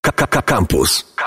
Campus.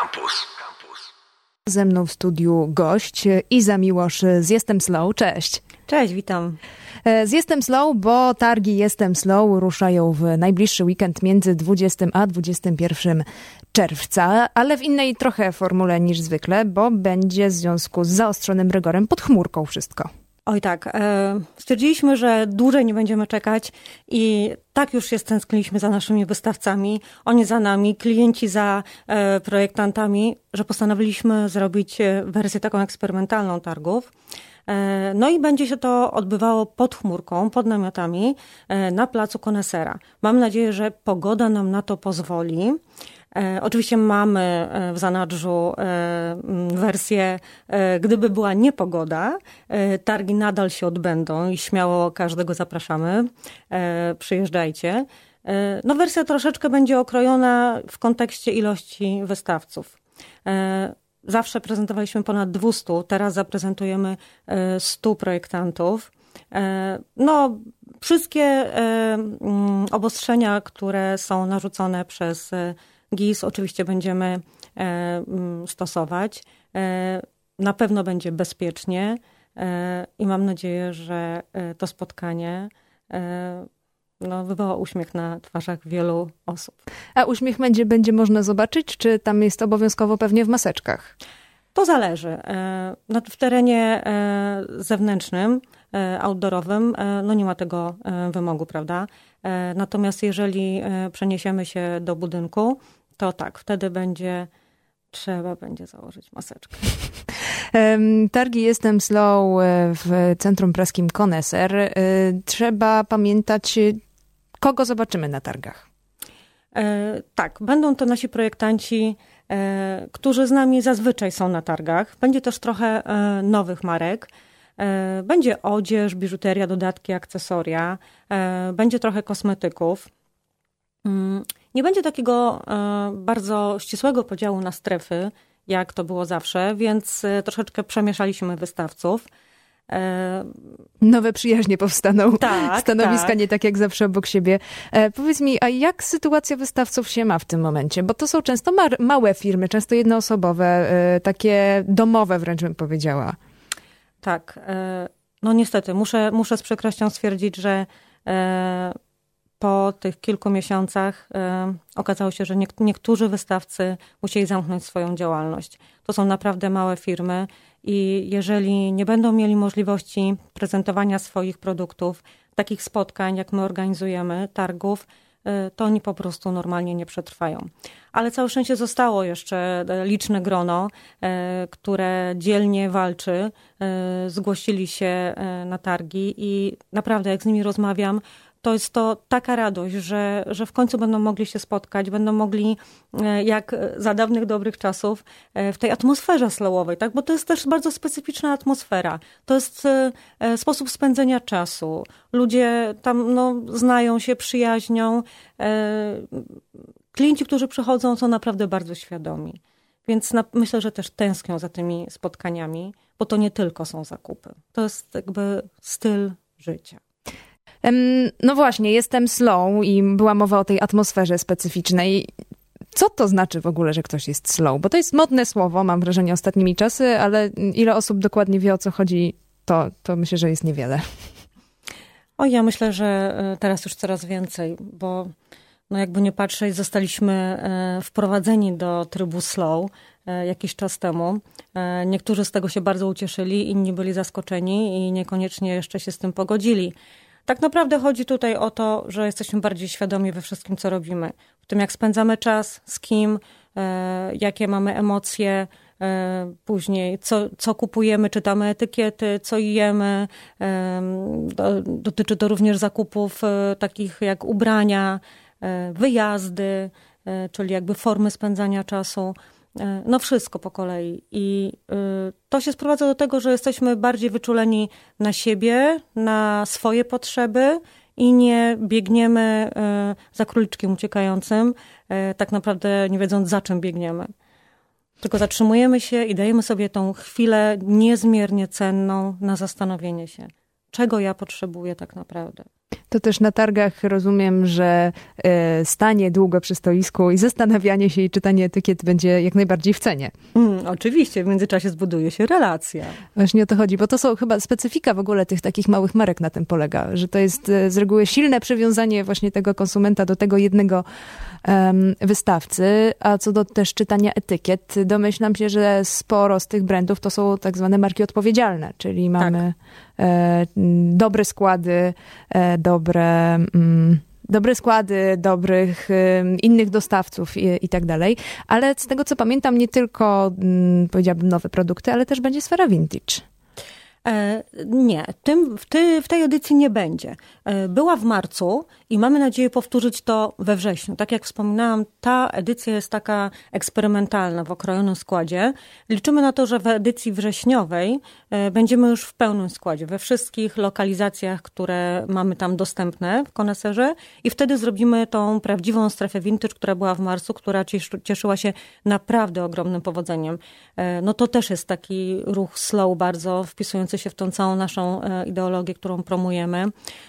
Ze mną w studiu gość Iza Miłosz z Jestem Slow. Cześć. Cześć, witam. Z Jestem Slow, bo targi Jestem Slow ruszają w najbliższy weekend między 20 a 21 czerwca, ale w innej trochę formule niż zwykle, bo będzie w związku z zaostrzonym rygorem pod chmurką wszystko. Oj tak, stwierdziliśmy, że dłużej nie będziemy czekać i tak już się stęskniliśmy za naszymi wystawcami, oni za nami, klienci za projektantami, że postanowiliśmy zrobić wersję taką eksperymentalną targów. No i będzie się to odbywało pod chmurką, pod namiotami na placu Konesera. Mam nadzieję, że pogoda nam na to pozwoli. Oczywiście mamy w zanadrzu wersję, gdyby była niepogoda, targi nadal się odbędą i śmiało każdego zapraszamy. Przyjeżdżajcie. No wersja troszeczkę będzie okrojona w kontekście ilości wystawców. Zawsze prezentowaliśmy ponad 200, teraz zaprezentujemy 100 projektantów. No, wszystkie obostrzenia, które są narzucone przez GIS, oczywiście będziemy stosować. Na pewno będzie bezpiecznie i mam nadzieję, że to spotkanie wywoła uśmiech na twarzach wielu osób. A uśmiech będzie można zobaczyć, czy tam jest obowiązkowo pewnie w maseczkach? To zależy. W terenie zewnętrznym, outdoorowym, nie ma tego wymogu, prawda? Natomiast jeżeli przeniesiemy się do budynku, to tak, wtedy trzeba będzie założyć maseczkę. Targi Jestem Slow w Centrum Praskim Koneser. Trzeba pamiętać, kogo zobaczymy na targach. Tak, będą to nasi projektanci, którzy z nami zazwyczaj są na targach. Będzie też trochę nowych marek. Będzie odzież, biżuteria, dodatki, akcesoria. Będzie trochę kosmetyków. Nie będzie takiego bardzo ścisłego podziału na strefy, jak to było zawsze, więc troszeczkę przemieszaliśmy wystawców. Nowe przyjaźnie powstaną. Tak, Stanowiska tak. Nie tak jak zawsze obok siebie. Powiedz mi, a jak sytuacja wystawców się ma w tym momencie? Bo to są często małe firmy, często jednoosobowe, takie domowe wręcz bym powiedziała. Tak. No niestety, muszę z przykrością stwierdzić, że po tych kilku miesiącach okazało się, że niektórzy wystawcy musieli zamknąć swoją działalność. To są naprawdę małe firmy i jeżeli nie będą mieli możliwości prezentowania swoich produktów, takich spotkań, jak my organizujemy, targów, to oni po prostu normalnie nie przetrwają. Ale całe szczęście zostało jeszcze liczne grono, które dzielnie walczy, zgłosili się na targi i naprawdę jak z nimi rozmawiam, to jest to taka radość, że w końcu będą mogli się spotkać, będą mogli, jak za dawnych dobrych czasów, w tej atmosferze slowowej, tak? Bo to jest też bardzo specyficzna atmosfera. To jest sposób spędzenia czasu. Ludzie tam znają się, przyjaźnią. Klienci, którzy przychodzą, są naprawdę bardzo świadomi. Więc myślę, że też tęsknią za tymi spotkaniami, bo to nie tylko są zakupy. To jest jakby styl życia. No właśnie, Jestem Slow i była mowa o tej atmosferze specyficznej. Co to znaczy w ogóle, że ktoś jest slow? Bo to jest modne słowo, mam wrażenie, ostatnimi czasy, ale ile osób dokładnie wie, o co chodzi, to myślę, że jest niewiele. Ja myślę, że teraz już coraz więcej, bo jakby nie patrzeć, zostaliśmy wprowadzeni do trybu slow jakiś czas temu. Niektórzy z tego się bardzo ucieszyli, inni byli zaskoczeni i niekoniecznie jeszcze się z tym pogodzili. Tak naprawdę chodzi tutaj o to, że jesteśmy bardziej świadomi we wszystkim, co robimy. W tym, jak spędzamy czas, z kim, jakie mamy emocje, później co kupujemy, czytamy etykiety, co jemy. Dotyczy to również zakupów takich jak ubrania, wyjazdy, czyli jakby formy spędzania czasu. Wszystko po kolei. I to się sprowadza do tego, że jesteśmy bardziej wyczuleni na siebie, na swoje potrzeby i nie biegniemy za króliczkiem uciekającym, tak naprawdę nie wiedząc, za czym biegniemy. Tylko zatrzymujemy się i dajemy sobie tą chwilę niezmiernie cenną na zastanowienie się, czego ja potrzebuję tak naprawdę. To też na targach rozumiem, że stanie długo przy stoisku i zastanawianie się i czytanie etykiet będzie jak najbardziej w cenie. Oczywiście, w międzyczasie zbuduje się relacja. Właśnie o to chodzi, bo to są chyba specyfika w ogóle tych takich małych marek na tym polega, że to jest z reguły silne przywiązanie właśnie tego konsumenta do tego jednego wystawcy, a co do też czytania etykiet, domyślam się, że sporo z tych brandów to są tak zwane marki odpowiedzialne, czyli mamy dobre składy, dobre składy, dobrych innych dostawców i tak dalej. Ale z tego, co pamiętam, nie tylko, powiedziałabym, nowe produkty, ale też będzie sfera vintage. Nie, w tej edycji nie będzie. Była w marcu i mamy nadzieję powtórzyć to we wrześniu. Tak jak wspominałam, ta edycja jest taka eksperymentalna w okrojonym składzie. Liczymy na to, że w edycji wrześniowej będziemy już w pełnym składzie, we wszystkich lokalizacjach, które mamy tam dostępne w koneserze i wtedy zrobimy tą prawdziwą strefę vintage, która była w marcu, która cieszyła się naprawdę ogromnym powodzeniem. No to też jest taki ruch slow bardzo wpisujący się w tą całą naszą ideologię, którą promujemy.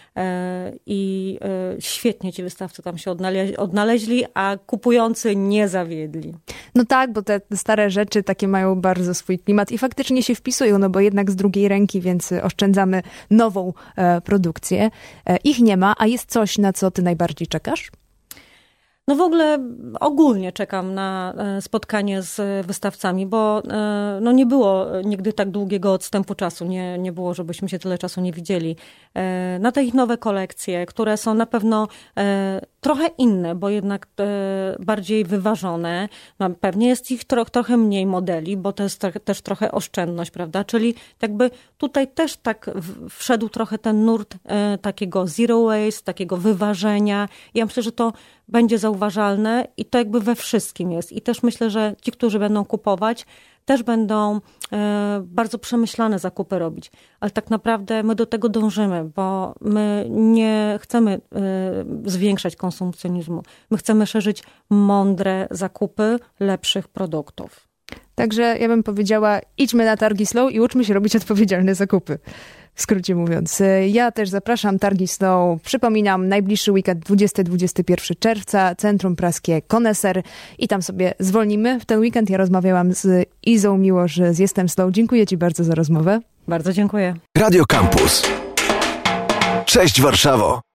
I świetnie ci wystawcy tam się odnaleźli, a kupujący nie zawiedli. No tak, bo te stare rzeczy takie mają bardzo swój klimat i faktycznie się wpisują, no bo jednak z drugiej ręki, więc oszczędzamy nową produkcję. Ich nie ma, a jest coś, na co ty najbardziej czekasz? No w ogóle ogólnie czekam na spotkanie z wystawcami, bo no nie było nigdy tak długiego odstępu czasu, nie było, żebyśmy się tyle czasu nie widzieli. Na te ich nowe kolekcje, które są na pewno trochę inne, bo jednak bardziej wyważone. No, pewnie jest ich trochę mniej modeli, bo to jest też trochę oszczędność, prawda? Czyli jakby tutaj też tak wszedł trochę ten nurt takiego zero waste, takiego wyważenia. Ja myślę, że to będzie zauważalne i to jakby we wszystkim jest. I też myślę, że ci, którzy będą kupować, też będą bardzo przemyślane zakupy robić. Ale tak naprawdę my do tego dążymy, bo my nie chcemy zwiększać konsumpcjonizmu. My chcemy szerzyć mądre zakupy lepszych produktów. Także ja bym powiedziała, idźmy na targi slow i uczmy się robić odpowiedzialne zakupy. W skrócie mówiąc. Ja też zapraszam, targi slow. Przypominam, najbliższy weekend 20-21 czerwca, Centrum Praskie Koneser i tam sobie zwolnimy. W ten weekend ja rozmawiałam z Izą Miłosz z Jestem Slow. Dziękuję ci bardzo za rozmowę. Bardzo dziękuję. Radio Campus. Cześć Warszawo.